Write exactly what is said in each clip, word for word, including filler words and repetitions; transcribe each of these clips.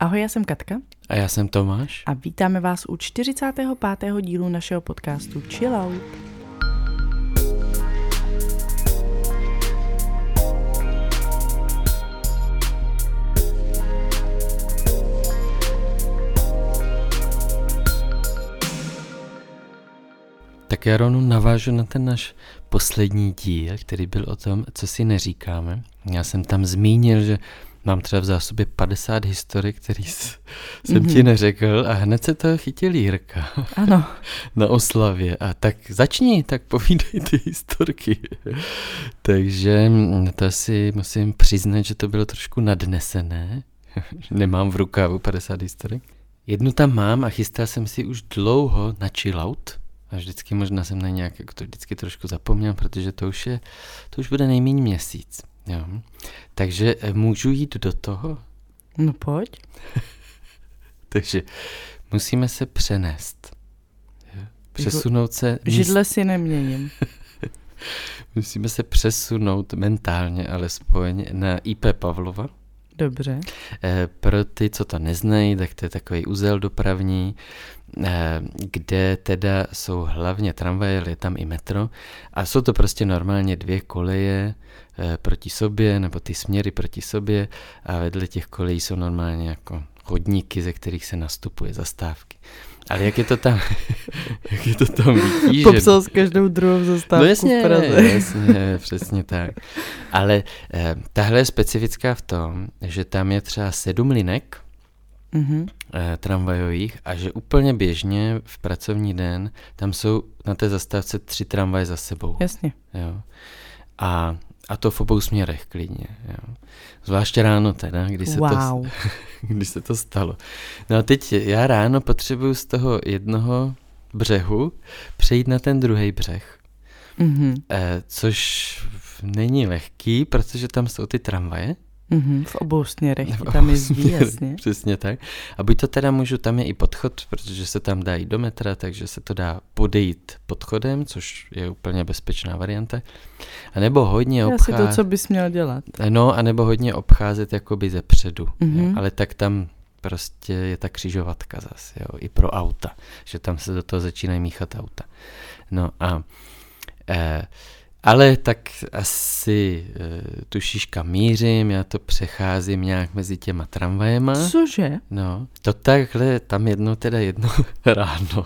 Ahoj, já jsem Katka. A já jsem Tomáš. A vítáme vás u čtyřicátého pátého dílu našeho podcastu Chill Out. Tak já rovnou navážu na ten náš poslední díl, který byl o tom, co si neříkáme. Já jsem tam zmínil, že mám třeba v zásobě padesát historik, který jsem mm-hmm. ti neřekl a hned se to chytil Jirka. Ano. Na oslavě. A tak začni, tak povídej ty historky. Takže to si musím přiznat, že to bylo trošku nadnesené. Nemám v rukávu padesát historik. Jednu tam mám a chystal jsem si už dlouho na chill out. A vždycky možná jsem na nějak, jako to vždycky trošku zapomněl, protože to už je, to už bude nejméně měsíc. Jo. Takže můžu jít do toho? No pojď. Takže musíme se přenést. Jo. Přesunout se... Židle si neměním. Musíme se přesunout mentálně alespoň na í pé Pavlova. Dobře. E, pro ty, co to neznají, tak to je takový uzel dopravní, e, kde teda jsou hlavně tramvaje, je tam i metro a jsou to prostě normálně dvě koleje e, proti sobě, nebo ty směry proti sobě a vedle těch kolejí jsou normálně jako chodníky, ze kterých se nastupuje zastávky. Ale jak je to tam, jak je to tam vytížené. Popsal s každou druhou zastávku no jasně, v Praze. jasně, přesně tak. Ale eh, tahle je specifická v tom, že tam je třeba sedm linek mm-hmm. eh, tramvajových a že úplně běžně v pracovní den tam jsou na té zastávce tři tramvaje za sebou. Jasně. Jo. A, a to v obou směrech klidně. Jo. Zvláště ráno teda, kdy se, wow. to, kdy se to stalo. No a teď já ráno potřebuju z toho jednoho břehu přejít na ten druhý břeh. Mm-hmm. Eh, což není lehký, protože tam jsou ty tramvaje. Mm-hmm, v obou směrech, v obou tam jezdí, jasně. Přesně tak. A buď to teda můžu, tam je i podchod, protože se tam dá jít do metra, takže se to dá podejít podchodem, což je úplně bezpečná varianta. A nebo hodně obcházet. Asi to, co bys měl dělat. No, a nebo hodně obcházet jakoby ze předu. Mm-hmm. Ale tak tam prostě je ta křižovatka zase, jo, i pro auta, že tam se do toho začínají míchat auta. No a... Eh, Ale tak asi e, tušíš, kam mířím, já to přecházím nějak mezi těma tramvajema. Cože? No, to takhle, tam jednou teda jednou ráno.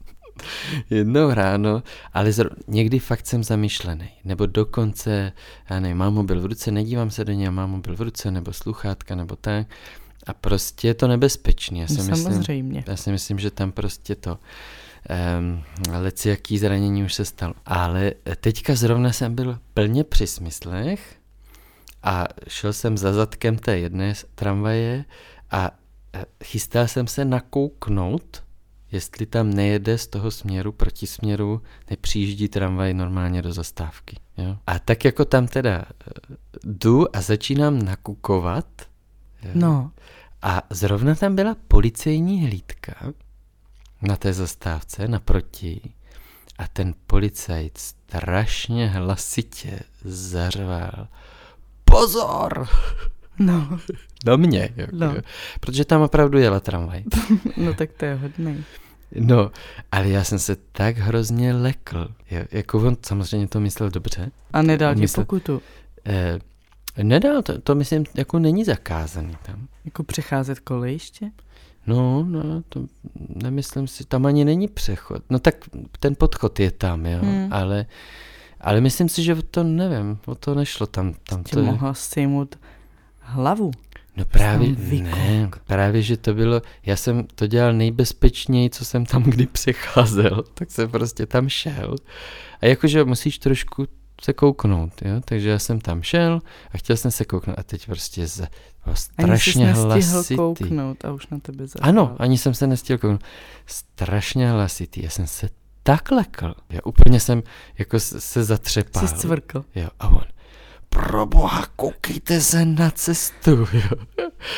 jednou ráno, ale zro... někdy fakt jsem zamyšlený. Nebo dokonce, já nevím, mám mobil v ruce, nedívám se do něj, mám mobil v ruce, nebo sluchátka, nebo tak. A prostě je to nebezpečný. Já si Samozřejmě. Myslím, já si myslím, že tam prostě to... Um, leci jaký zranění už se stalo. Ale teďka zrovna jsem byl plně při smyslech a šel jsem za zadkem té jedné tramvaje a chystal jsem se nakouknout, jestli tam nejede z toho směru, proti směru, nepřijíždí tramvaj normálně do zastávky. Jo? A tak jako tam teda jdu a začínám nakukovat. Jo? No. A zrovna tam byla policejní hlídka na té zastávce naproti a ten policajt strašně hlasitě zařval pozor! No. Na mě, jako, no. Protože tam opravdu jela tramvaj. No tak to je hodnej. No, ale já jsem se tak hrozně lekl. Jo, jako on samozřejmě to myslel dobře. A nedal ti myslel, pokutu? Eh, nedal, to, to myslím, jako není zakázaný tam. Jako přecházet kolejiště? No, no, to nemyslím si, tam ani není přechod. No tak ten podchod je tam, jo, hmm. ale, ale myslím si, že o to nevím, o to nešlo tam. tam Jsi to mohla sejmout hlavu. No právě, ne, právě, že to bylo, já jsem to dělal nejbezpečněji, co jsem tam kdy přecházel, tak jsem prostě tam šel. A jakože musíš trošku se kouknout, jo, takže já jsem tam šel a chtěl jsem se kouknout a teď prostě z, strašně hlasitý. Ani jsi nestihl kouknout a už na tebe zahrál. Ano, ani jsem se nestihl kouknout. Strašně hlasitý, já jsem se tak lekl, já úplně jsem jako se zatřepal. Jsi cvrkl. Jo, a on, proboha, koukejte se na cestu, jo.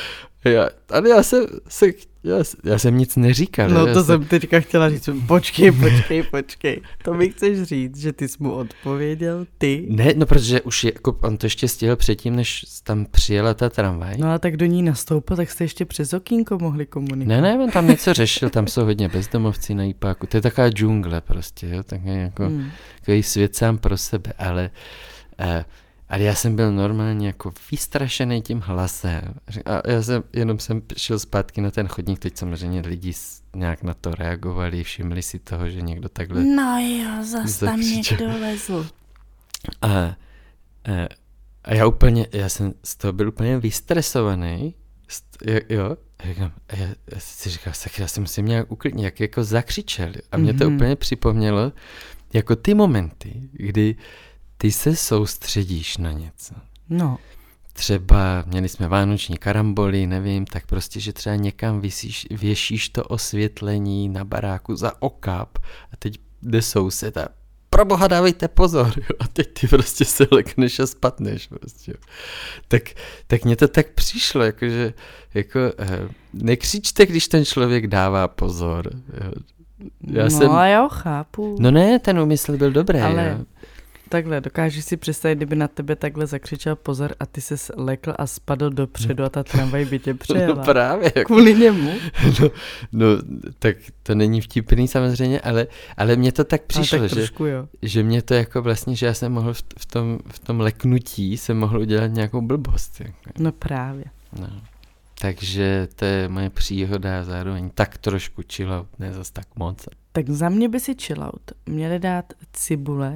Já, ale já jsem, se, já, já jsem nic neříkal. No já to jsem jsem teďka chtěla říct, počkej, počkej, počkej. To mi chceš říct, že ty jsi mu odpověděl, ty? Ne, no protože už je, jako on to ještě stihl předtím, než tam přijela ta tramvaj. No a tak do ní nastoupil, tak jste ještě přes okýnko mohli komunikovat. Ne, ne, on tam něco řešil, tam jsou hodně bezdomovci na Jípáku. To je taková džungle prostě, jo, takový jako Hmm. takový svět sám pro sebe, ale... Eh, Ale já jsem byl normálně jako vystrašený tím hlasem. A já jsem, jenom jsem šel zpátky na ten chodník, teď samozřejmě lidi nějak na to reagovali, všimli si toho, že někdo takhle... No jo, zas tam zakřičel. někdo lezl. A, a, a já úplně, já jsem z toho byl úplně vystresovaný, jo, jo. A říkám, a já, já si říkal, sakra, já jsem si nějak uklidnit, jak jako zakřičel. A mě to Mhm. úplně připomnělo, jako ty momenty, kdy ty se soustředíš na něco. No, Třeba měli jsme vánoční karamboly, nevím, tak prostě, že třeba někam visíš, věšíš to osvětlení na baráku za okap a teď jde soused a pro boha dávejte pozor, jo, a teď ty prostě se lekneš a spadneš prostě. Jo. Tak, tak mně to tak přišlo, jakože, jako, eh, nekřičte, když ten člověk dává pozor. Jo. Já no jsem... a jo, chápu. No ne, ten úmysl byl dobrý, Ale jo. takhle, dokážeš si představit, kdyby na tebe takhle zakřičel pozor a ty ses lekl a spadl dopředu a ta tramvaj by tě přejela. No právě. Jako, Kvůli němu. no, no, tak to není vtipný samozřejmě, ale, ale mně to tak přišlo, Ale tak že, trošku, jo. že mě to jako vlastně, že já jsem mohl v, v, tom, v tom leknutí, jsem mohl udělat nějakou blbost. Jako. No právě. No. Takže to je moje příhoda a zároveň tak trošku chill out, ne zas tak moc. Tak za mě by si chill out měli dát cibule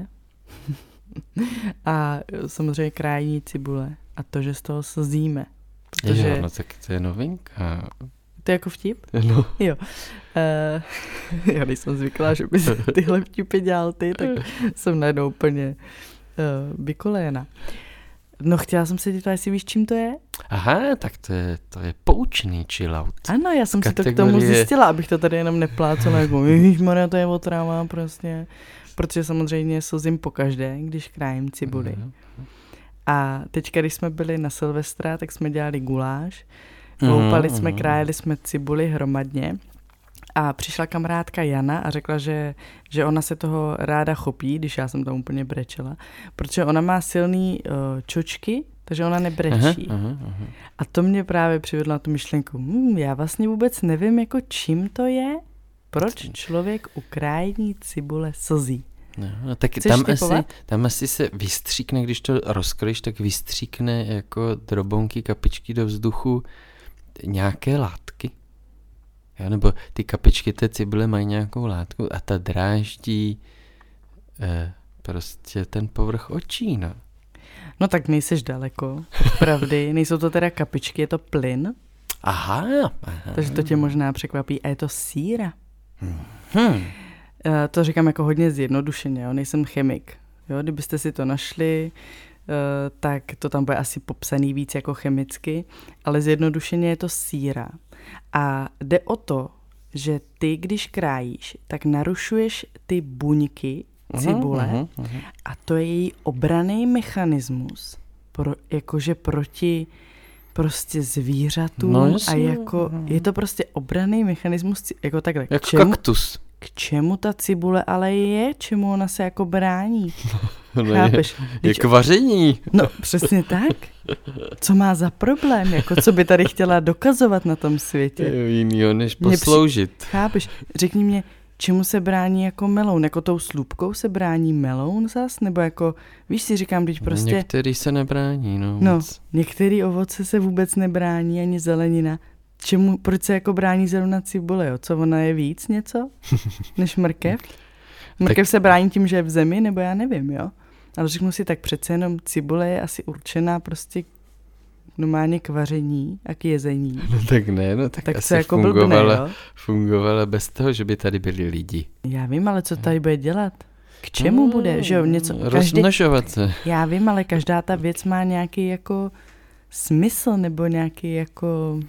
a samozřejmě krájení cibule a to, že z toho slzíme. Protože Jo, no tak to je novinka. to je jako vtip? No. Jo. Uh, já nejsem zvyklá, že bys tyhle vtipy dělal ty, tak jsem najednou úplně uh, vykolejena. No chtěla jsem se dívat, jestli víš, čím to je? Aha, tak to je, to je poučný chill out. Ano, já jsem si to k Kategorie- tomu zjistila, abych to tady jenom neplácela, jako ježišmarja, to je otráva prostě. Protože samozřejmě slzím pokaždé, když krájím cibuli. Mhm. A teďka, když jsme byli na Silvestra, tak jsme dělali guláš. Loupali jsme, Mhm. krájeli jsme cibuli hromadně. A přišla kamarádka Jana a řekla, že, že ona se toho ráda chopí, když já jsem tam úplně brečela, protože ona má silný uh, čočky, takže ona nebrečí. Aha, aha, aha. A to mě právě přivedlo na tu myšlenku. Hmm, já vlastně vůbec nevím, jako čím to je, proč člověk u krájení cibule slzí. No, no, tak Chceš tam asi, typovat? tam asi se vystříkne, když to rozkryješ, tak vystříkne jako drobonky, kapičky do vzduchu nějaké látky. Jo, nebo ty kapičky té cibule mají nějakou látku a ta dráždí eh, prostě ten povrch očí, no. No tak nejseš daleko od pravdy, nejsou to teda kapičky, je to plyn, Aha, aha. takže to tě možná překvapí. A je to síra. Hm. Eh, To říkám jako hodně zjednodušeně, jo? Nejsem chemik. Jo? Kdybyste si to našli, eh, tak to tam bude asi popsaný víc jako chemicky, ale zjednodušeně je to síra. A jde o to, že ty, když krájíš, tak narušuješ ty buňky cibule Aha, aha. a to je její obranný mechanismus, pro, jakože proti prostě zvířatům No a jasně, jako, aha. je to prostě obranný mechanismus, ci- jako takhle. Jak K čemu, kaktus. k čemu ta cibule ale je? Čemu ona se jako brání? No je, Chápeš? je Když- k vaření. No, přesně tak. Co má za problém? Jako co by tady chtěla dokazovat na tom světě? Jinýho než Mně při- posloužit. Chápeš? Řekni mě, čemu se brání jako meloun? Jako tou slupkou se brání meloun zas? Nebo jako, víš si, říkám, teď prostě... Některý se nebrání, no. No, moc. některé ovoce se vůbec nebrání, ani zelenina. Čemu, proč se jako brání zrovna cibule, jo? Co ona je víc něco, než mrkev? Mrkev se brání tím, že je v zemi, nebo já nevím, jo? Ale řeknu si, tak přece jenom cibule je asi určená prostě normálně k vaření a k jezení. No tak ne, no tak, Tak asi co jako blbne, fungovala, jo? fungovala bez toho, že by tady byli lidi. Já vím, ale co tady bude dělat? K čemu No, bude, že jo? Něco, každý, rozmnožovat se. já vím, ale každá ta věc má nějaký jako smysl, nebo nějaký jako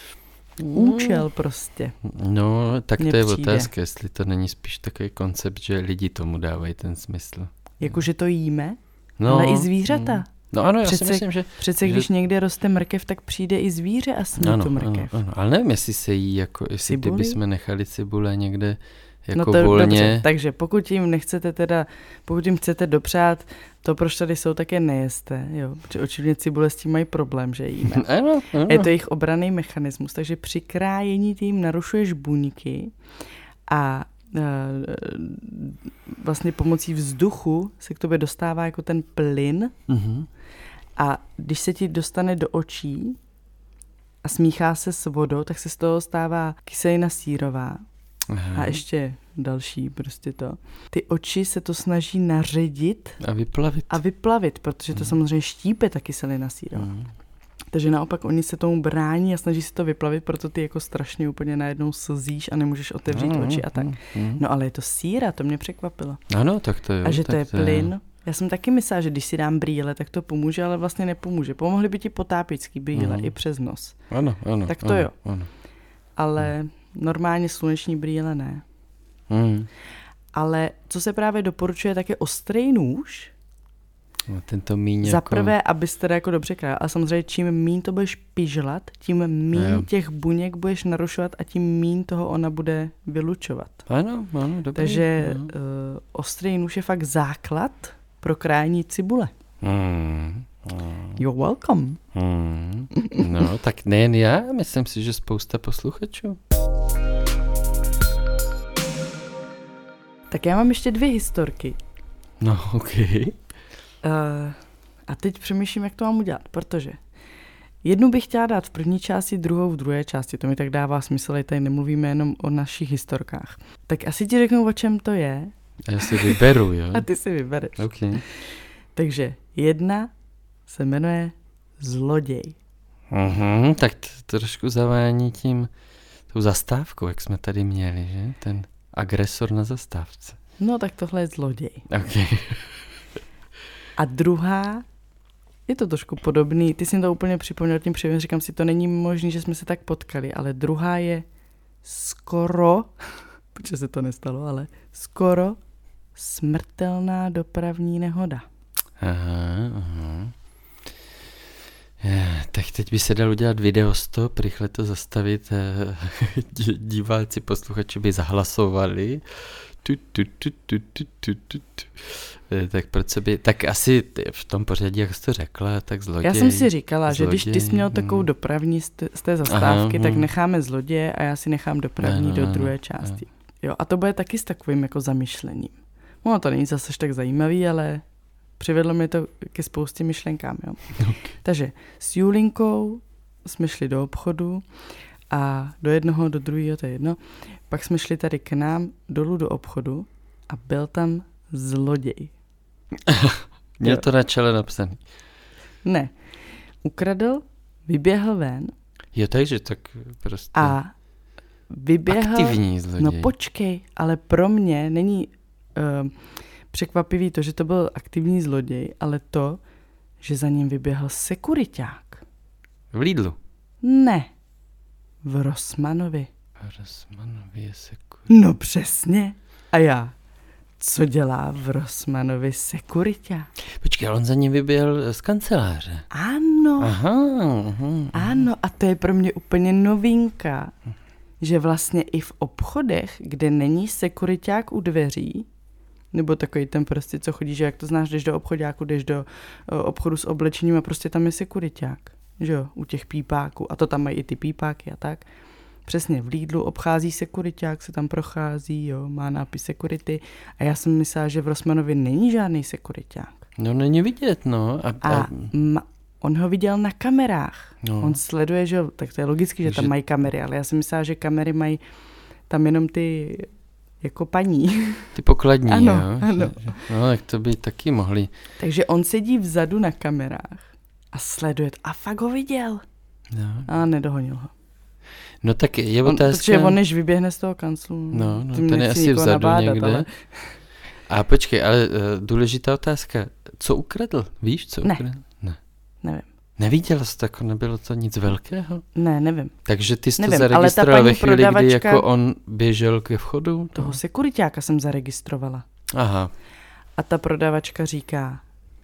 účel prostě. No, tak Mně to je přijde. otázka, jestli to není spíš takový koncept, že lidi tomu dávají ten smysl. Jakože to jíme, No, ale i zvířata. mm, No ano, já přece, si myslím, že... Přece že... když někde roste mrkev, tak přijde i zvíře a sní ano, tu mrkev. Ano, ano, ale nevím, jestli se jí, jako, jestli Cibuli? ty bychom nechali cibule někde jako no to, volně. Dobře, takže pokud jim nechcete teda, pokud jim chcete dopřát to, proč tady jsou, také nejeste, jo, protože očividně cibule s tím mají problém, že jíme. ano, ano. Je to jejich obranný mechanismus, takže při krájení tím narušuješ buňky a e, vlastně pomocí vzduchu se k tobě dostává jako ten plyn uh-huh. a když se ti dostane do očí a smíchá se s vodou, tak se z toho stává kyselina sírová. Aha. A ještě další prostě to. Ty oči se to snaží naředit a vyplavit. A vyplavit, protože to mm. samozřejmě štípe ta kyselina sírová. Mm. Takže naopak oni se tomu brání a snaží se to vyplavit, proto ty jako strašně úplně najednou slzíš a nemůžeš otevřít mm. oči a tak. Mm. No ale je to síra, to mě překvapilo. Ano, tak to je. A že tak to je to plyn. Je. Já jsem taky myslela, že když si dám brýle, tak to pomůže, ale vlastně nepomůže. Pomohly by ti potápěčský brýle mm. i přes nos. Ano, ano. Tak to ano, jo. Ano. Ale mm. normálně sluneční brýle ne. Mm. Ale co se právě doporučuje, tak je ostrý nůž. No, tento míň Za jako... prvé, abys teda jako dobře král. A samozřejmě, čím míň to budeš pižlat, tím míň jo. těch buněk budeš narušovat a tím míň toho ona bude vylučovat. Ano, ano, dobrý. Takže ano. Uh, ostrý nůž je fakt základ pro krájení cibule. Mm. Mm. You're welcome. Mm. No, tak nejen já, myslím si, že spousta posluchačů. Tak já mám ještě dvě historky. No, ok. Uh, a teď přemýšlím, jak to mám udělat, protože jednu bych chtěla dát v první části, druhou v druhé části. To mi tak dává smysl, že tady nemluvíme jenom o našich historkách. Tak asi ti řeknu, o čem to je. A já si vyberu, jo? A ty si vybereš. Okay. Takže jedna se jmenuje Zloděj. Uh-huh, tak to trošku zavání tím, tou zastávkou, jak jsme tady měli, že? Ten agresor na zastávce. No tak tohle je Zloděj. Okay. A druhá, je to trošku podobný, ty jsi mi to úplně připomněl tím příběhem, říkám si, to není možné, že jsme se tak potkali, ale druhá je skoro, protože se to nestalo, ale skoro smrtelná dopravní nehoda. Aha, aha. Je, tak teď by se dal udělat videostop, rychle to zastavit, diváci, posluchači by zahlasovali. Tu, tu, tu, tu, tu, tu, tu. Tak proč se by, tak asi v tom pořadí, jak jsi to řekla, tak Zloděj. Já jsem si říkala, zloděj, že když ty jsi měl takovou dopravní z té, z té zastávky, aha, tak hmm. necháme Zloděje a já si nechám dopravní no, do druhé no, části. No. Jo, a to bude taky s takovým jako zamyšlením. No to není zase tak zajímavý, ale přivedlo mě to ke spoustě myšlenkám. Jo. Okay. Takže s Julinkou jsme šli do obchodu a do jednoho, do druhého, to je jedno. Pak jsme šli tady k nám dolů do obchodu a byl tam Zloděj. Měl to na čele napsaný. Ne. Ukradl, vyběhl ven. Jo, takže tak prostě a vyběhl, aktivní zloděj. No počkej, ale pro mě není uh, překvapivý to, že to byl aktivní zloděj, ale to, že za ním vyběhl sekuriťák. V Lidlu? Ne. V Rossmanovi. V Rossmanovi je sekuriťák. No přesně. A já. Co dělá v Rossmanovi sekuriťák? Počkej, on za ním vyběhl z kanceláře. Ano. Aha, aha, aha. Ano, a to je pro mě úplně novinka, že vlastně i v obchodech, kde není sekuriťák u dveří, nebo takový ten prostě, co chodí, že jak to znáš, jdeš do obchodáku, jdeš do uh, obchodu s oblečením a prostě tam je sekuriťák, že jo, u těch pípáků. A to tam mají i ty pípáky a tak. Přesně, v Lidlu obchází sekuriťák, se tam prochází, jo, má nápis security. A já jsem myslela, že v Rossmanovi není žádný sekuriťák. No není vidět, no. A, a... a ma, on ho viděl na kamerách. No. On sleduje, že jo, tak to je logicky, že tam že... mají kamery, ale já jsem myslela, že kamery mají tam jenom ty jako paní. Ty pokladní, ano, jo. Ano. No, tak to by taky mohli. Takže on sedí vzadu na kamerách a sleduje a fakt ho viděl. No. A nedohonil ho. No tak je on, otázka... Protože on než vyběhne z toho kanclu, no, no, ten je asi vzadu nabádat, někde. Ale... A počkej, ale uh, důležitá otázka. Co ukradl? Víš, co ne. ukradl? Ne. Nevím. Neviděl jsi to, jako nebylo to nic velkého? Ne, nevím. Takže ty jsi nevím, to zaregistroval ve chvíli, prodavačka... kdy jako on běžel ke vchodu? Toho sekuriťáka jsem zaregistrovala. Aha. A ta prodavačka říká,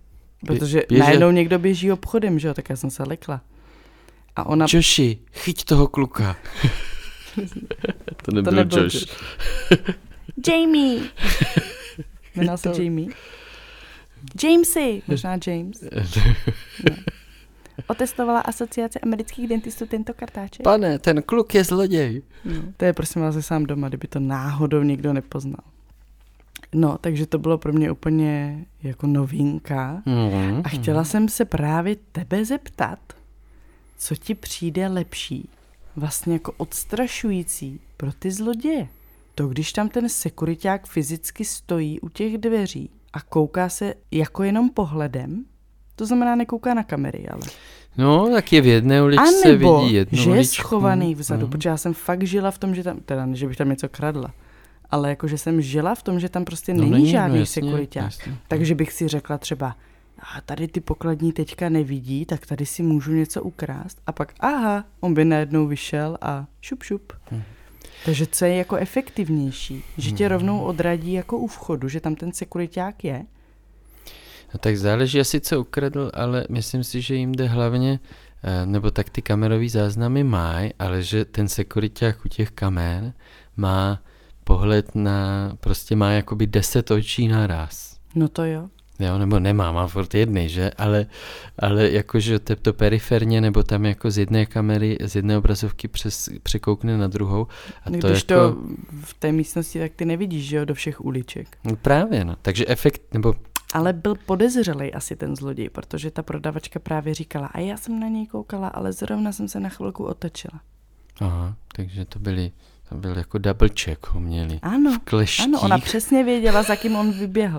Protože Běže... najednou někdo běží obchodem, že jo, tak já jsem se lekla. A ona... Joshi, chyť toho kluka. To nebyl, to nebyl Josh. Josh. Jamie. Jmenoval se Jamie. Jamesy. Možná James. No. Otestovala asociace amerických dentistů tento kartáček. Pane, ten kluk je zloděj. No, to je prosím vás sám doma, kdyby to náhodou někdo nepoznal. No, takže to bylo pro mě úplně jako novinka. Mm-hmm. A chtěla jsem se právě tebe zeptat, co ti přijde lepší, vlastně jako odstrašující pro ty zloděje. To, když tam ten sekuriťák fyzicky stojí u těch dveří a kouká se jako jenom pohledem, to znamená nekouká na kamery, ale... No, tak je v jedné uličce, nebo, vidí jednu že je uličku. schovaný vzadu, mm. protože já jsem fakt žila v tom, že tam, teda že bych tam něco kradla, ale jako, že jsem žila v tom, že tam prostě no, není, není žádný no, sekuriťák. Jasně. Takže bych si řekla třeba, a tady ty pokladní teďka nevidí, tak tady si můžu něco ukrást. A pak, aha, on by najednou vyšel a šup, šup. Hmm. Takže co je jako efektivnější? Že tě rovnou odradí jako u vchodu, že tam ten sekuriťák je? No tak záleží asi, co ukradl, ale myslím si, že jim jde hlavně, nebo tak ty kamerový záznamy mají, ale že ten sekuriťák u těch kamer má pohled na, prostě má jakoby deset očí naraz. No to jo. Jo, nebo nemá, má furt jednej, že? Ale, ale jakože to, to periferně, nebo tam jako z jedné kamery, z jedné obrazovky přes, překoukne na druhou. A když to, jako... to v té místnosti, tak ty nevidíš, že jo, do všech uliček. No právě, no. Takže efekt, nebo... Ale byl podezřelej asi ten zloděj, protože ta prodavačka právě říkala, a já jsem na něj koukala, ale zrovna jsem se na chvilku otočila. Aha, takže to byly... To byl jako double check, ho měli. Ano, v kleštích. ano, ona přesně věděla, za kým on vyběhl.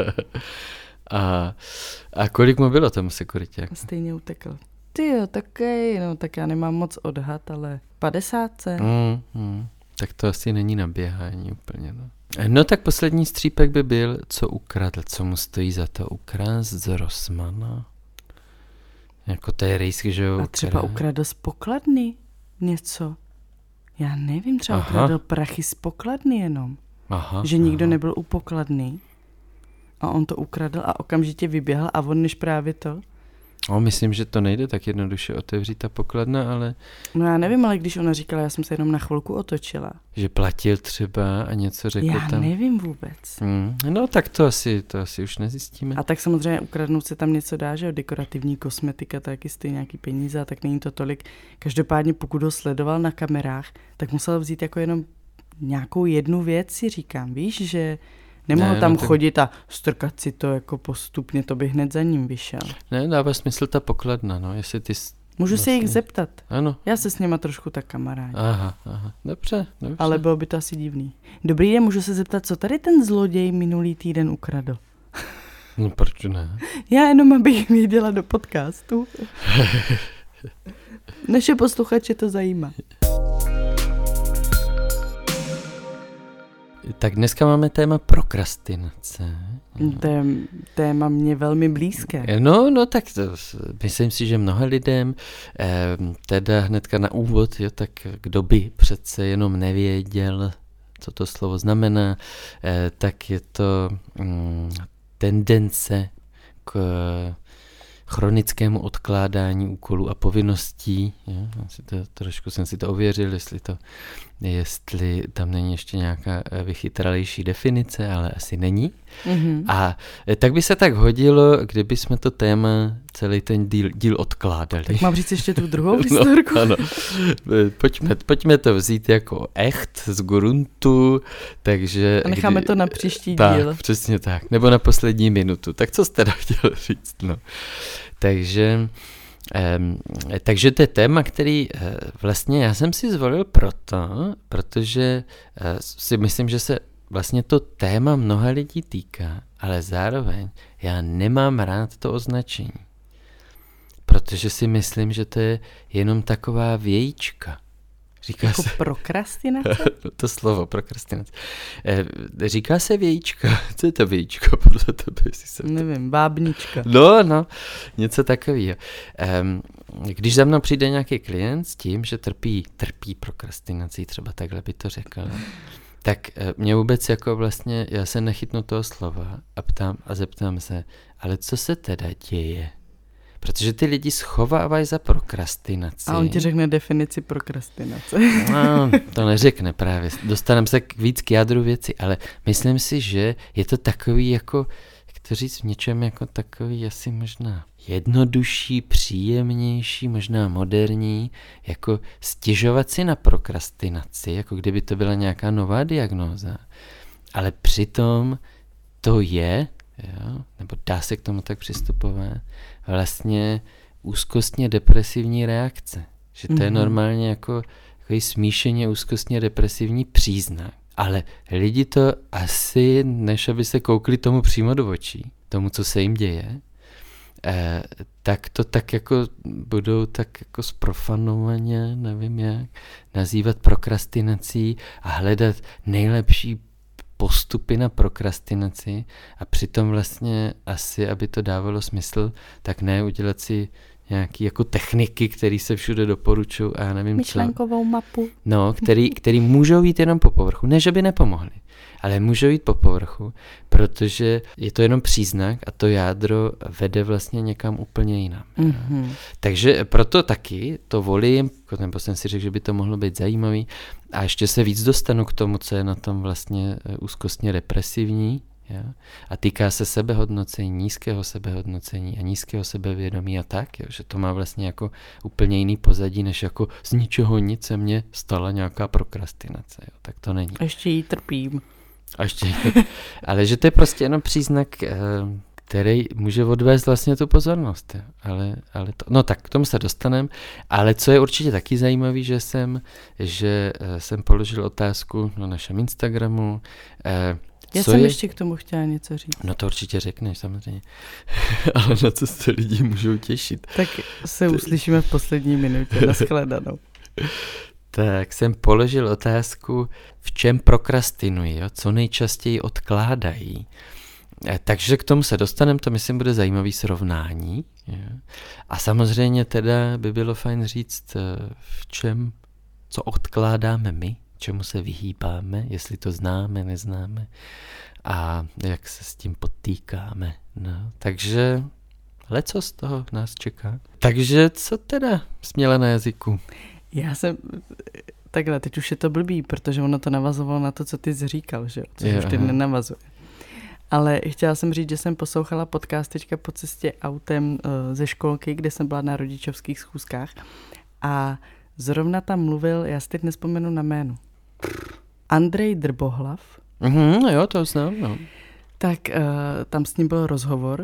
a, a kolik mu bylo tomu sekuriťáku? Stejně utekl. Tyjo, takej, no tak já nemám moc odhad, ale padesátce. Mm, mm, tak to asi není na běhání úplně, no. No tak poslední střípek by byl, co ukradl, co mu stojí za to ukrást z Rossmana. Jako to je rejsk, že jo. A třeba ukradl z pokladny něco. Já nevím, třeba aha. ukradl prachy z pokladny jenom. Aha, že nikdo aha. nebyl u pokladny a on to ukradl a okamžitě vyběhl a on než právě to. O, myslím, že to nejde tak jednoduše otevřít ta pokladna, ale... No já nevím, ale když ona říkala, já jsem se jenom na chvilku otočila. Že platil třeba a něco řekl já tam. Já nevím vůbec. Hmm, no tak to asi, to asi už nezjistíme. A tak samozřejmě ukradnout se tam něco dá, že jo, dekorativní kosmetika, taky stojí nějaký peníze a tak není to tolik. Každopádně pokud ho sledoval na kamerách, tak musel vzít jako jenom nějakou jednu věc, si říkám, víš, že nemohl ne, tam no tak... chodit a strkat si to jako postupně, to by hned za ním vyšel. Ne, dává smysl ta pokladna, no, jestli ty... Můžu vlastně... se jich zeptat. Ano. Já se s něma trošku tak kamarádi. Aha, aha, dobře, dobře. Ale bylo by to asi divný. Dobrý den, můžu se zeptat, co tady ten zloděj minulý týden ukradl? No proč ne? Já jenom, abych věděla do podcastu. Naše posluchače to zajímá. Tak dneska máme téma prokrastinace. Té, téma mě velmi blízké. No, no tak to, myslím si, že mnoha lidem, eh, teda hnedka na úvod, jo, tak kdo by přece jenom nevěděl, co to slovo znamená, eh, tak je to mm, tendence k chronickému odkládání úkolů a povinností. Jo? Asi to, trošku jsem si to ověřil, jestli, to, jestli tam není ještě nějaká vychytralejší definice, ale asi není. Mm-hmm. A tak by se tak hodilo, kdyby jsme to téma celý ten díl, díl odkládali. Tak mám říct ještě tu druhou historku? No, ano. Pojďme, pojďme to vzít jako echt z gruntu, takže... A necháme kdy, to na příští tak, díl. Přesně tak, nebo na poslední minutu. Tak co jste chtěl říct, no. Takže, um, takže to je téma, který uh, vlastně já jsem si zvolil proto, protože uh, si myslím, že se vlastně to téma mnoha lidí týká, ale zároveň já nemám rád to označení, protože si myslím, že to je jenom taková vějíčka. Říká jako se, prokrastinace? To slovo, prokrastinace. Říká se vějíčka. Co je to vějíčka podle tebe? Jestli jsem Nevím, to... bábnička. No, no, něco takového. Když za mnou přijde nějaký klient s tím, že trpí, trpí prokrastinací, třeba takhle by to řekl, tak mě vůbec jako vlastně, já se nechytnu toho slova a ptám a zeptám se, ale co se teda děje? Protože ty lidi schovávají za prokrastinaci. A on ti řekne definici prokrastinace. No, to neřekne právě. Dostaneme se k víc k jádru věci, ale myslím si, že je to takový jako, jak to říct, v něčem jako takový asi možná jednodušší, příjemnější, možná moderní, jako stěžovat si na prokrastinaci, jako kdyby to byla nějaká nová diagnóza. Ale přitom to je, jo, nebo dá se k tomu tak přistupovat, vlastně úzkostně depresivní reakce. Že to mm-hmm. je normálně jako takový smíšeně úzkostně depresivní příznak. Ale lidi to asi, než aby se koukli tomu přímo do očí, tomu, co se jim děje, eh, tak to tak jako budou tak jako zprofanovaně, nevím jak, nazývat prokrastinací a hledat nejlepší postupy na prokrastinaci a přitom vlastně asi, aby to dávalo smysl, tak ne udělat si nějaký jako techniky, které se všude doporučují a já nevím myšlenkovou co. mapu. No, který, který můžou jít jenom po povrchu. Ne, že by nepomohli, ale můžou jít po povrchu, protože je to jenom příznak a to jádro vede vlastně někam úplně jinam. Mm-hmm. Takže proto taky to volím, nebo jsem si řekl, že by to mohlo být zajímavý a ještě se víc dostanu k tomu, co je na tom vlastně úzkostně depresivní. Jo? A týká se sebehodnocení, nízkého sebehodnocení a nízkého sebevědomí a tak, jo? Že to má vlastně jako úplně jiný pozadí, než jako z ničeho nic se mně stala nějaká prokrastinace. Jo? Tak to není. A ještě jí trpím. A ještě jí trpím. Ale že to je prostě jenom příznak, který může odvést vlastně tu pozornost. Jo? Ale, ale to, no tak, k tomu se dostaneme. Ale co je určitě taky zajímavý, že jsem, že jsem položil otázku na našem Instagramu. Já Co jsem je? ještě k tomu chtěla něco říct. No to určitě řekneš, samozřejmě. Ale na co se lidi můžou těšit? Tak se uslyšíme v poslední minutě. Nashledanou. Tak jsem položil otázku, v čem prokrastinují, jo? Co nejčastěji odkládají. Takže k tomu se dostaneme, to myslím bude zajímavý srovnání. Jo? A samozřejmě teda by bylo fajn říct, v čem, co odkládáme my, čemu se vyhýbáme, jestli to známe, neznáme a jak se s tím potýkáme. No, takže leco z toho nás čeká. Takže co teda směle na jazyku? Já jsem, takhle, teď už je to blbý, protože ono to navazovalo na to, co ty jsi říkal, že jo, což je, už teď nenavazuje. Ale chtěla jsem říct, že jsem poslouchala podcast teďka po cestě autem uh, ze školky, kde jsem byla na rodičovských schůzkách a zrovna tam mluvil, já si teď nespomenu na jméno, Andrej Drbohlav. Mhm, no jo, to znám, no. Tak uh, tam s ním byl rozhovor uh,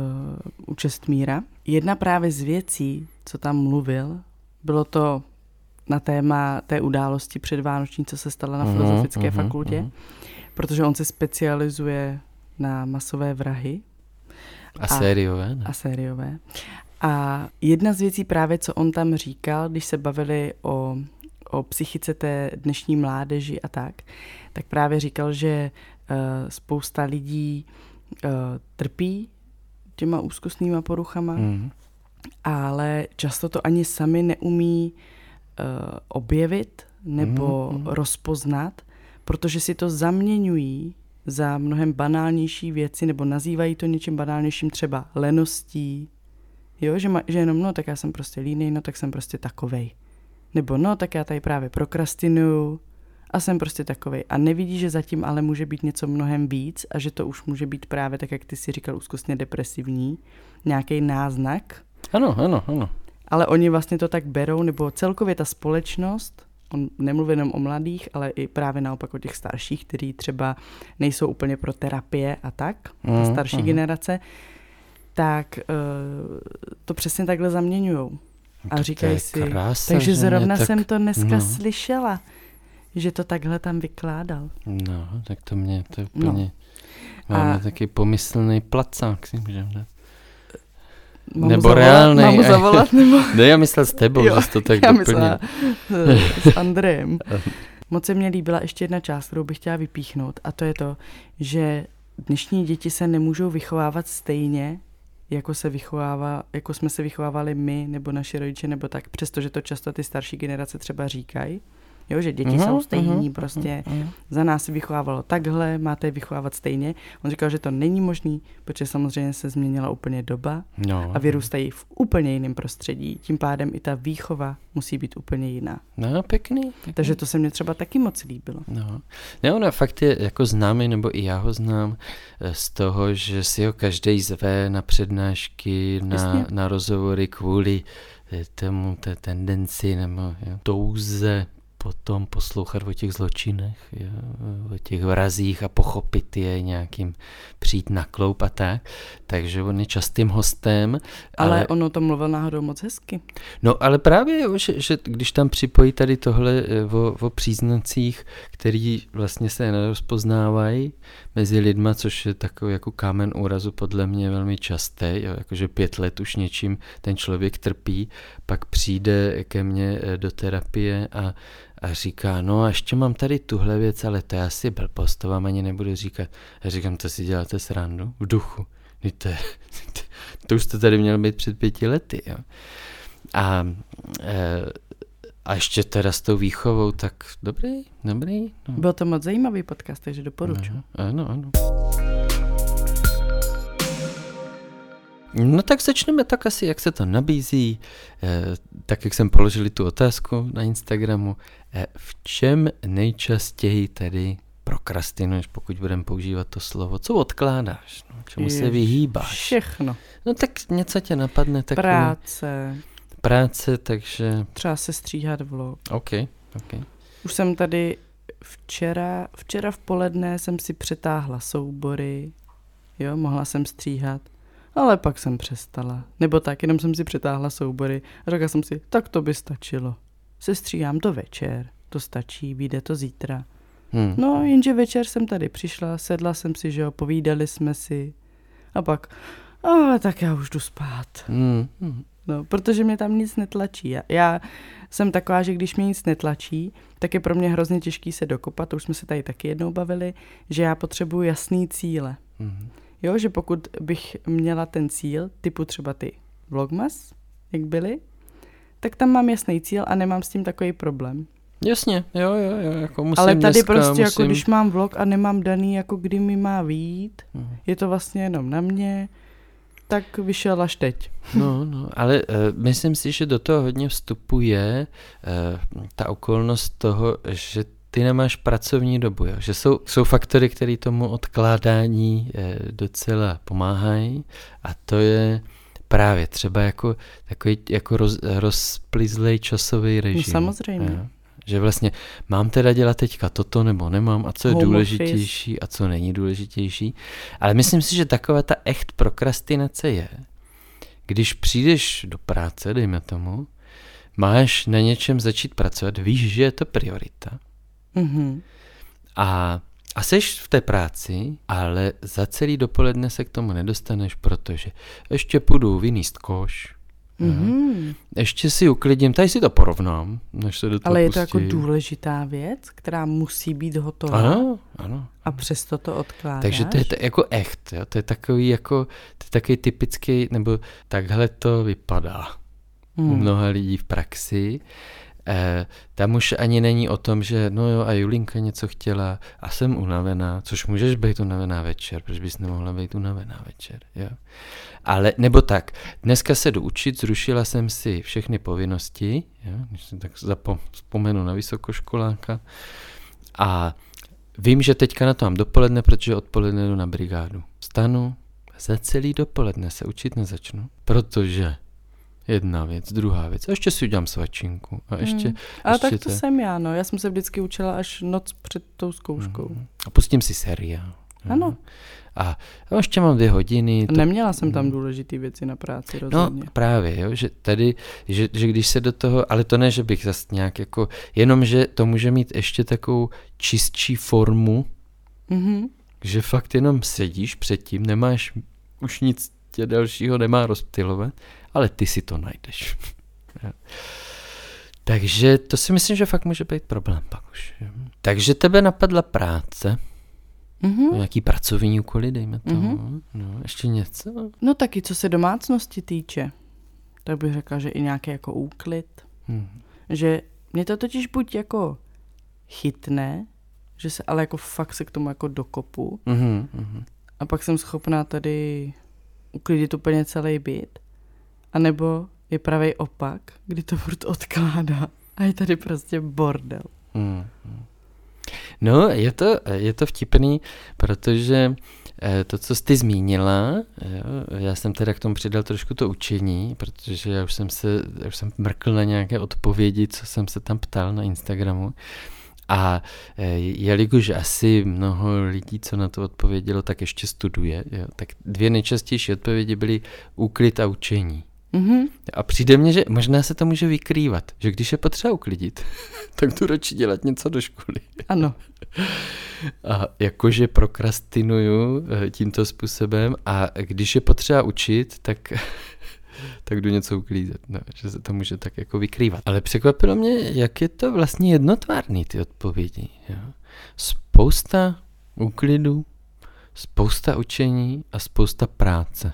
u Čestmíra. Jedna právě z věcí, co tam mluvil, bylo to na téma té události předvánoční, co se stala na Filozofické uh-huh, fakultě, uh-huh. protože on se specializuje na masové vrahy. A, a sériové. Ne? A sériové. A jedna z věcí právě, co on tam říkal, když se bavili o, o psychice té dnešní mládeži a tak, tak právě říkal, že uh, spousta lidí uh, trpí těma úzkostnýma poruchama, mm. ale často to ani sami neumí uh, objevit nebo mm. rozpoznat, protože si to zaměňují za mnohem banálnější věci nebo nazývají to něčím banálnějším, třeba leností. Jo, že, ma, že jenom, no tak já jsem prostě línej, no tak jsem prostě takovej. Nebo no tak já tady právě prokrastinuju a jsem prostě takovej. A nevidí, že zatím ale může být něco mnohem víc a že to už může být právě tak, jak ty si říkal, úzkostně depresivní, nějaký náznak. Ano, ano, ano. Ale oni vlastně to tak berou, nebo celkově ta společnost, on nemluví jenom o mladých, ale i právě naopak o těch starších, kteří třeba nejsou úplně pro terapie a tak, mm, ta starší mm. generace, tak uh, to přesně takhle zaměňujou. A říkají si, krása, takže zrovna tak, jsem to dneska no. slyšela, že to takhle tam vykládal. No, tak to mě, to je úplně, no. máme a... taky pomyslný placák, si můžeme dát. Mám nebo zavolat, reálnej. Mám mu zavolat, nebo... Ne, já myslel s tebou, jo, že jsi to tak já doplnil. Já myslela s Andrejem. Moc se mně líbila ještě jedna část, kterou bych chtěla vypíchnout, a to je to, že dnešní děti se nemůžou vychovávat stejně, jako se vychovává, jako jsme se vychovávali my, nebo naši rodiče, nebo tak, přestože to často ty starší generace třeba říkají, Jo, že děti uh-huh, jsou stejní, uh-huh, prostě uh-huh. za nás se vychovávalo takhle, máte je vychovávat stejně. On říkal, že to není možný, protože samozřejmě se změnila úplně doba no. a vyrůstají v úplně jiném prostředí. Tím pádem i ta výchova musí být úplně jiná. No, pěkný. pěkný. Takže to se mně třeba taky moc líbilo. No, ne, ona fakt je jako známý, nebo i já ho znám z toho, že si ho každý zve na přednášky, na, na rozhovory kvůli tomu té tendenci nebo jo, touze potom poslouchat o těch zločinech, jo, o těch vrazích a pochopit je nějakým, přijít na kloup a tak. Takže on je častým hostem. Ale, ale ono to mluvil náhodou moc hezky. No ale právě, jo, že, že když tam připojí tady tohle o, o příznacích, který vlastně se nerozpoznávají mezi lidma, což je takový jako kámen úrazu podle mě velmi časté, jo, jakože pět let už něčím ten člověk trpí, pak přijde ke mně do terapie a A říká, no a ještě mám tady tuhle věc, ale to je asi blbost, to vám ani nebudu říkat. A říkám, to si děláte srandu v duchu. To, je, to už jste tady měl být před pěti lety. Jo. A, a ještě teda s tou výchovou, tak dobrý, dobrý. No. Byl to moc zajímavý podcast, takže doporučuji. No, ano, ano. No tak začneme tak asi, jak se to nabízí, eh, tak jak jsem položili tu otázku na Instagramu, eh, v čem nejčastěji tedy prokrastinuješ, pokud budeme používat to slovo, co odkládáš, no, čemu se vyhýbáš? Všechno. No tak něco tě napadne takový. Práce. Práce, takže... Třeba se stříhat vlog. OK, OK. Už jsem tady včera, včera v poledne jsem si přetáhla soubory, jo, mohla jsem stříhat. Ale pak jsem přestala. Nebo tak, jenom jsem si přetáhla soubory a řekla jsem si, tak to by stačilo. Sestříhám to večer, to stačí, vyjde to zítra. Hmm. No, jenže večer jsem tady přišla, sedla jsem si, že jo, povídali jsme si a pak, ale tak já už jdu spát. Hmm. Hmm. No, protože mě tam nic netlačí. Já, já jsem taková, že když mě nic netlačí, tak je pro mě hrozně těžký se dokopat, to už jsme se tady taky jednou bavili, že já potřebuji jasný cíle. Hmm. Jo, že pokud bych měla ten cíl, typu třeba ty vlogmas, jak byly, tak tam mám jasný cíl a nemám s tím takový problém. Jasně, jo, jo, jo. Jako musím ale tady dneska, prostě, musím... jako když mám vlog a nemám daný, jako kdy mi má vyjít, hmm. je to vlastně jenom na mě, tak vyšel až teď. No, no, ale uh, myslím si, že do toho hodně vstupuje uh, ta okolnost toho, že ty nemáš pracovní dobu, jo? Že jsou, jsou faktory, které tomu odkládání eh, docela pomáhají a to je právě třeba jako takový jako roz, rozplizlej časový režim. No, samozřejmě. Jo? Že vlastně mám teda dělat teďka toto nebo nemám a co je Home důležitější office. A co není důležitější. Ale myslím si, že taková ta echt prokrastinace je, když přijdeš do práce, dejme tomu, máš na něčem začít pracovat, víš, že je to priorita, Mm-hmm. A, a seš v té práci, ale za celý dopoledne se k tomu nedostaneš, protože ještě půjdu vynést koš, mm-hmm. ještě si uklidím, tady si to porovnám, než se do toho ale je pustí. To jako důležitá věc, která musí být hotová. Ano, ano. A přesto to odkládáš. Takže to je to jako echt, jo? To je takový jako, to je takový typický, nebo takhle to vypadá mm. u mnoha lidí v praxi. Eh, tam už ani není o tom, že no jo a Julinka něco chtěla a jsem unavená, což můžeš být unavená večer, protože bys nemohla být unavená večer, jo. Ale, nebo tak, dneska se jdu učit, zrušila jsem si všechny povinnosti, jo, když si tak zapom, vzpomenu na vysokoškoláka a vím, že teďka na to mám dopoledne, protože odpoledne jdu na brigádu. Vstanu, za celý dopoledne se učit nezačnu, protože jedna věc, druhá věc. A ještě si udělám svačinku. A ještě, hmm. A ještě tak to te... jsem já, no. Já jsem se vždycky učila až noc před tou zkouškou. Hmm. A pustím si seriál. Ano. A, a ještě mám dvě hodiny. To... Neměla jsem tam důležitý věci na práci, rozhodně. No právě, jo, že tady, že, že když se do toho, ale to ne, že bych zase nějak jako, jenom, že to může mít ještě takovou čistší formu, mm-hmm. že fakt jenom sedíš předtím, nemáš už nic tě dalšího, nemá rozptylovat, ale ty si to najdeš. Takže to si myslím, že fakt může být problém pak už. Takže tebe napadla práce, mm-hmm. nějaký pracovní úkoly, dejme to. Mm-hmm. No, ještě něco? No taky, co se domácnosti týče, tak bych řekla, že i nějaký jako úklid. Mm. Že mě to totiž buď jako chytne, že se ale jako fakt se k tomu jako dokopu. Mm-hmm, mm-hmm. A pak jsem schopná tady uklidit úplně celý byt. A nebo je pravý opak, kdy to furt odkládá. A je tady prostě bordel. Mm. No, je to, je to vtipný, protože to, co jsi zmínila, jo, já jsem teda k tomu přidal trošku to učení, protože já už jsem se, já už jsem mrkl na nějaké odpovědi, co jsem se tam ptal na Instagramu. A jelikož asi mnoho lidí, co na to odpovědělo, tak ještě studuje, jo, tak dvě nejčastější odpovědi byly úklid a učení. Mm-hmm. A přijde mně, že možná se to může vykrývat, že když je potřeba uklidit, tak tu radši dělat něco do školy. Ano. A jakože prokrastinuju tímto způsobem a když je potřeba učit, tak, tak jdu něco uklízet. No, že se to může tak jako vykrývat. Ale překvapilo mě, jak je to vlastně jednotvárný, ty odpovědi. Jo? Spousta úklidu, spousta učení a spousta práce.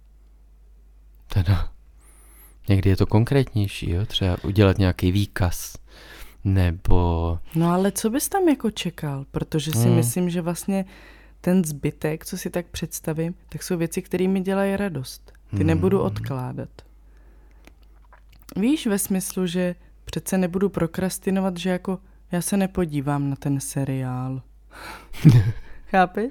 Teda někdy je to konkrétnější, jo? Třeba udělat nějaký výkaz, nebo... No ale co bys tam jako čekal? Protože si hmm. myslím, že vlastně ten zbytek, co si tak představím, tak jsou věci, které mi dělají radost. Ty hmm. nebudu odkládat. Víš, ve smyslu, že přece nebudu prokrastinovat, že jako já se nepodívám na ten seriál. Chápeš?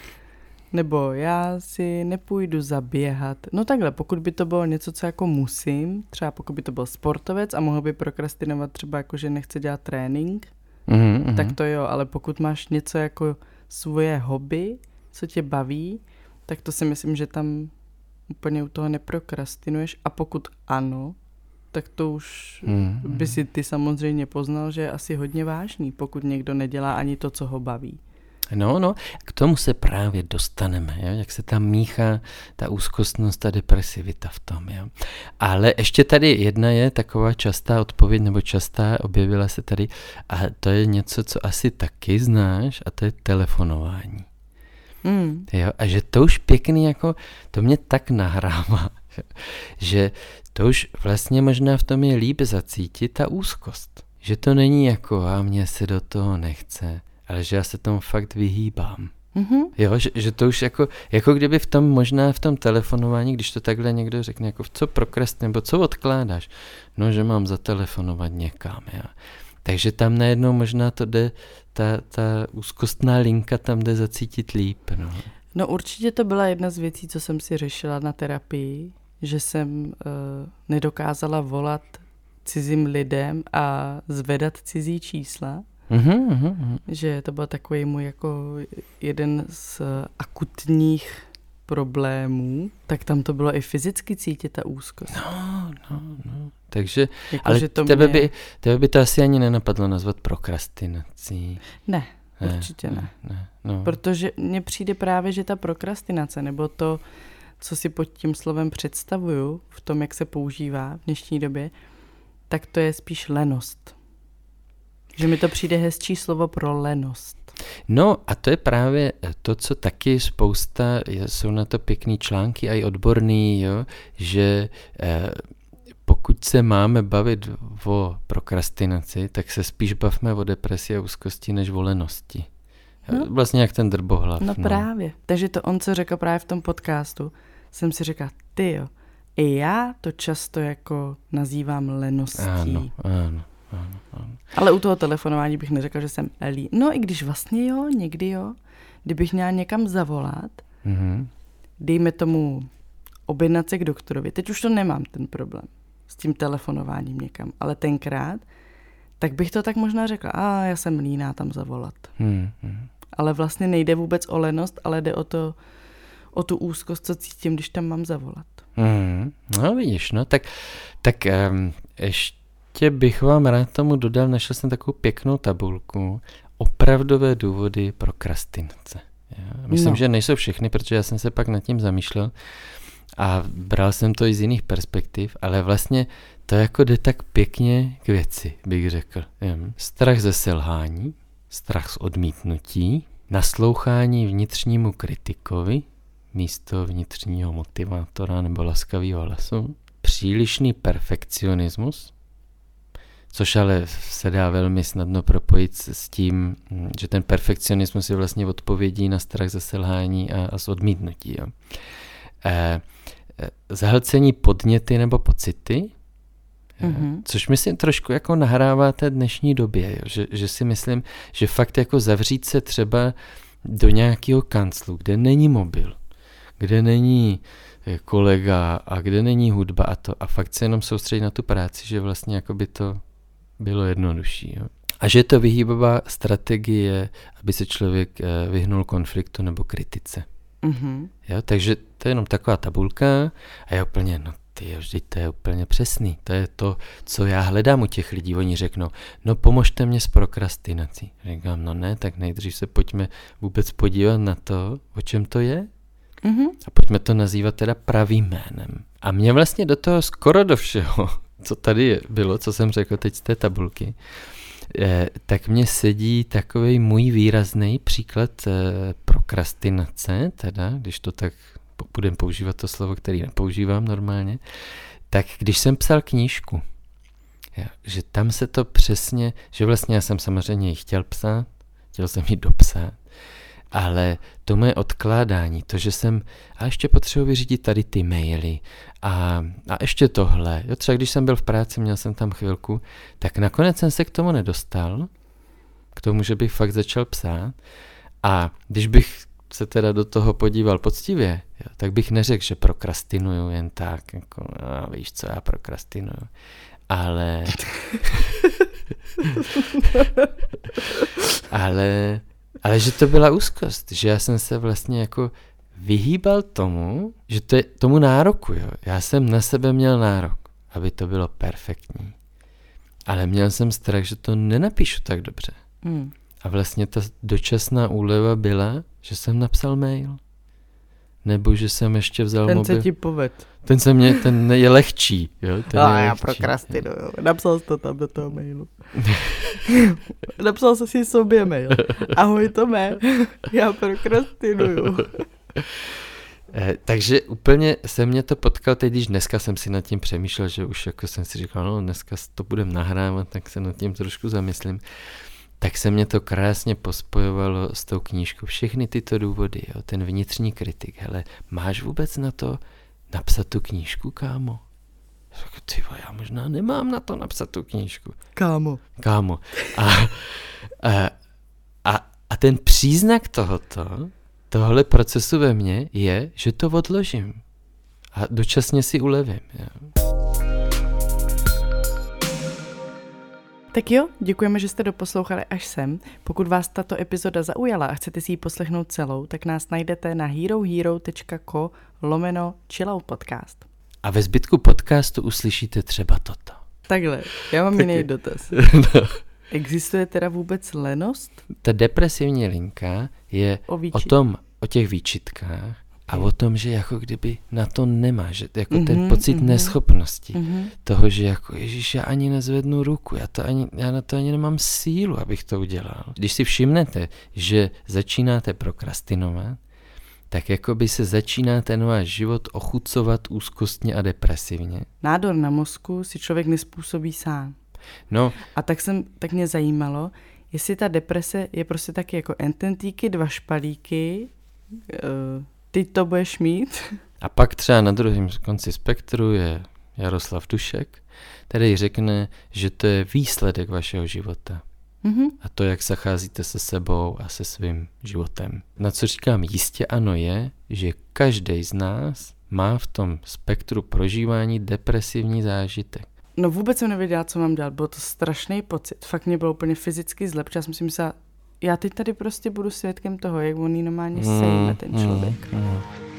Nebo já si nepůjdu zaběhat. No takhle, pokud by to bylo něco, co jako musím, třeba pokud by to byl sportovec a mohl by prokrastinovat třeba jako, že nechce dělat trénink, mm-hmm. tak to jo, ale pokud máš něco jako svoje hobby, co tě baví, tak to si myslím, že tam úplně u toho neprokrastinuješ a pokud ano, tak to už mm-hmm. by si ty samozřejmě poznal, že je asi hodně vážný, pokud někdo nedělá ani to, co ho baví. No, no, k tomu se právě dostaneme, jo? Jak se tam míchá ta úzkostnost a depresivita v tom. Jo? Ale ještě tady jedna je taková častá odpověď, nebo častá, objevila se tady, a to je něco, co asi taky znáš, a to je telefonování. Mm. Jo? A že to už pěkný, jako, to mě tak nahrává, že to už vlastně možná v tom je líp zacítit ta úzkost. Že to není jako, a mně se do toho nechce, ale že já se tomu fakt vyhýbám. Mm-hmm. Jo, že, že to už jako, jako kdyby v tom, možná v tom telefonování, když to takhle někdo řekne, jako co prokrast, nebo co odkládáš, no, že mám zatelefonovat někam, jo. Takže tam najednou možná to jde, ta, ta úzkostná linka tam jde zacítit líp, no. No určitě to byla jedna z věcí, co jsem si řešila na terapii, že jsem uh, nedokázala volat cizím lidem a zvedat cizí čísla. Uhum, uhum. Že to byl takový můj jako jeden z akutních problémů, tak tam to bylo i fyzicky cítit ta úzkost. No, no, no. Takže, jako, ale že to tebe, mě... by, tebe by to asi ani nenapadlo nazvat prokrastinací. Ne, ne určitě ne. ne, ne no. Protože mně přijde právě, že ta prokrastinace, nebo to, co si pod tím slovem představuju, v tom, jak se používá v dnešní době, tak to je spíš lenost. Že mi to přijde hezčí slovo pro lenost. No a to je právě to, co taky spousta, jsou na to pěkný články a i odborný, jo, že eh, pokud se máme bavit o prokrastinaci, tak se spíš bavme o depresi a úzkosti než o lenosti. No. Vlastně jak ten drbohlav. No, no právě. Takže to on, co řekl právě v tom podcastu, jsem si řekla, tyjo, i já to často jako nazývám leností. Ano, ano. Ano, ano. Ale u toho telefonování bych neřekla, že jsem Elí. No i když vlastně jo, někdy jo. Kdybych měla někam zavolat, mm-hmm. dejme tomu objednat se k doktorovi. Teď už to nemám ten problém s tím telefonováním někam, ale tenkrát, tak bych to tak možná řekla, a já jsem líná tam zavolat. Mm-hmm. Ale vlastně nejde vůbec o lenost, ale jde o to, o tu úzkost, co cítím, když tam mám zavolat. Mm-hmm. No vidíš, no tak, tak um, ještě Ještě bych vám rád tomu dodal, našel jsem takovou pěknou tabulku, opravdové důvody prokrastinace. Já myslím, no. že nejsou všechny, protože já jsem se pak nad tím zamýšlel a bral jsem to i z jiných perspektiv, ale vlastně to jako jde tak pěkně k věci, bych řekl. Strach ze selhání, strach z odmítnutí, naslouchání vnitřnímu kritikovi místo vnitřního motivátora nebo laskavého hlasu, přílišný perfekcionismus, což ale se dá velmi snadno propojit s tím, že ten perfekcionismus je vlastně odpovědí na strach ze selhání a, a z odmítnutí. Jo. E, zahlcení podněty nebo pocity, mm-hmm. což myslím trošku jako nahrává té dnešní době, jo, že, že si myslím, že fakt jako zavřít se třeba do nějakého kanclu, kde není mobil, kde není kolega a kde není hudba a to a fakt se jenom soustředit na tu práci, že vlastně jako by to bylo jednodušší. Jo. A že to vyhýbavá strategie, aby se člověk vyhnul konfliktu nebo kritice. Mm-hmm. Jo, takže to je jenom taková tabulka a je úplně, no ty, vždyť to je úplně přesný. To je to, co já hledám u těch lidí. Oni řeknou, no pomožte mě s prokrastinací. Říkám, no ne, tak nejdřív se pojďme vůbec podívat na to, o čem to je. Mm-hmm. A pojďme to nazývat teda pravým jménem. A mě vlastně do toho skoro do všeho, co tady bylo, co jsem řekl teď z té tabulky, eh, tak mě sedí takový můj výrazný příklad eh, prokrastinace, teda, když to tak budem používat to slovo, který nepoužívám normálně, tak když jsem psal knížku, jo, že tam se to přesně, že vlastně já jsem samozřejmě ji chtěl psát, chtěl jsem ji dopsat, ale to moje odkládání, to, že jsem, a ještě potřebuji vyřídit tady ty maily a, a ještě tohle, jo, třeba když jsem byl v práci, měl jsem tam chvilku, tak nakonec jsem se k tomu nedostal, k tomu, že bych fakt začal psát a když bych se teda do toho podíval poctivě, jo, tak bych neřekl, že prokrastinuju jen tak, jako, a víš co, já prokrastinuju, ale ale Ale že to byla úzkost, že já jsem se vlastně jako vyhýbal tomu, že to je tomu nároku, jo. Já jsem na sebe měl nárok, aby to bylo perfektní. Ale měl jsem strach, že to nenapíšu tak dobře. Mm. A vlastně ta dočasná úleva byla, že jsem napsal mail. Nebo že jsem ještě vzal ten mobil. Ten se ti poved. Ten se mě, ten je lehčí, jo. Ten a je já lehčí. Prokrastinuju. Napsal jsi to tam do toho mailu. Napsal jsi si sobě mail. Ahoj Tome, já prokrastinuju. Eh, takže úplně se mě to potkal teď, když dneska jsem si nad tím přemýšlel, že už jako jsem si říkal, no dneska to budem nahrávat, tak se nad tím trošku zamyslím. Tak se mě to krásně pospojovalo s tou knížkou. Všechny tyto důvody, jo, ten vnitřní kritik. Hele, máš vůbec na to napsat tu knížku, kámo? Řekl, tyvo, já možná nemám na to napsat tu knížku. Kámo. Kámo. A, a, a, a ten příznak tohoto, tohle procesu ve mně je, že to odložím. A dočasně si ulevím. Jo. Tak jo, děkujeme, že jste doposlouchali až sem. Pokud vás tato epizoda zaujala a chcete si ji poslechnout celou, tak nás najdete na herohero tečka co lomeno chillout podcast. A ve zbytku podcastu uslyšíte třeba toto. Takhle, já mám jiný dotaz. No. Existuje teda vůbec lenost? Ta depresivní linka je o, o tom, o těch výčitkách a o tom, že jako kdyby na to nemá, že jako mm-hmm, ten pocit mm-hmm. neschopnosti, mm-hmm. toho, že jako Ježíš, já ani nezvednu ruku, já, to ani, já na to ani nemám sílu, abych to udělal. Když si všimnete, že začínáte prokrastinovat, tak jako by se začíná ten váš život ochucovat úzkostně a depresivně. Nádor na mozku si člověk nespůsobí sám. No. A tak, jsem, tak mě zajímalo, jestli ta deprese je prostě taky jako ententíky, dva špalíky, uh, ty to budeš mít. A pak třeba na druhém konci spektru je Jaroslav Dušek, který řekne, že to je výsledek vašeho života. Mm-hmm. A to, jak zacházíte se sebou a se svým životem. Na co říkám jistě ano je, že každý z nás má v tom spektru prožívání depresivní zážitek. No vůbec jsem nevěděla, co mám dělat. Byl to strašný pocit. Fakt mě bylo úplně fyzicky zle, protože já jsem si myslela, já teď tady prostě budu svědkem toho, jak on jí normálně sejme ten člověk. Mm, mm.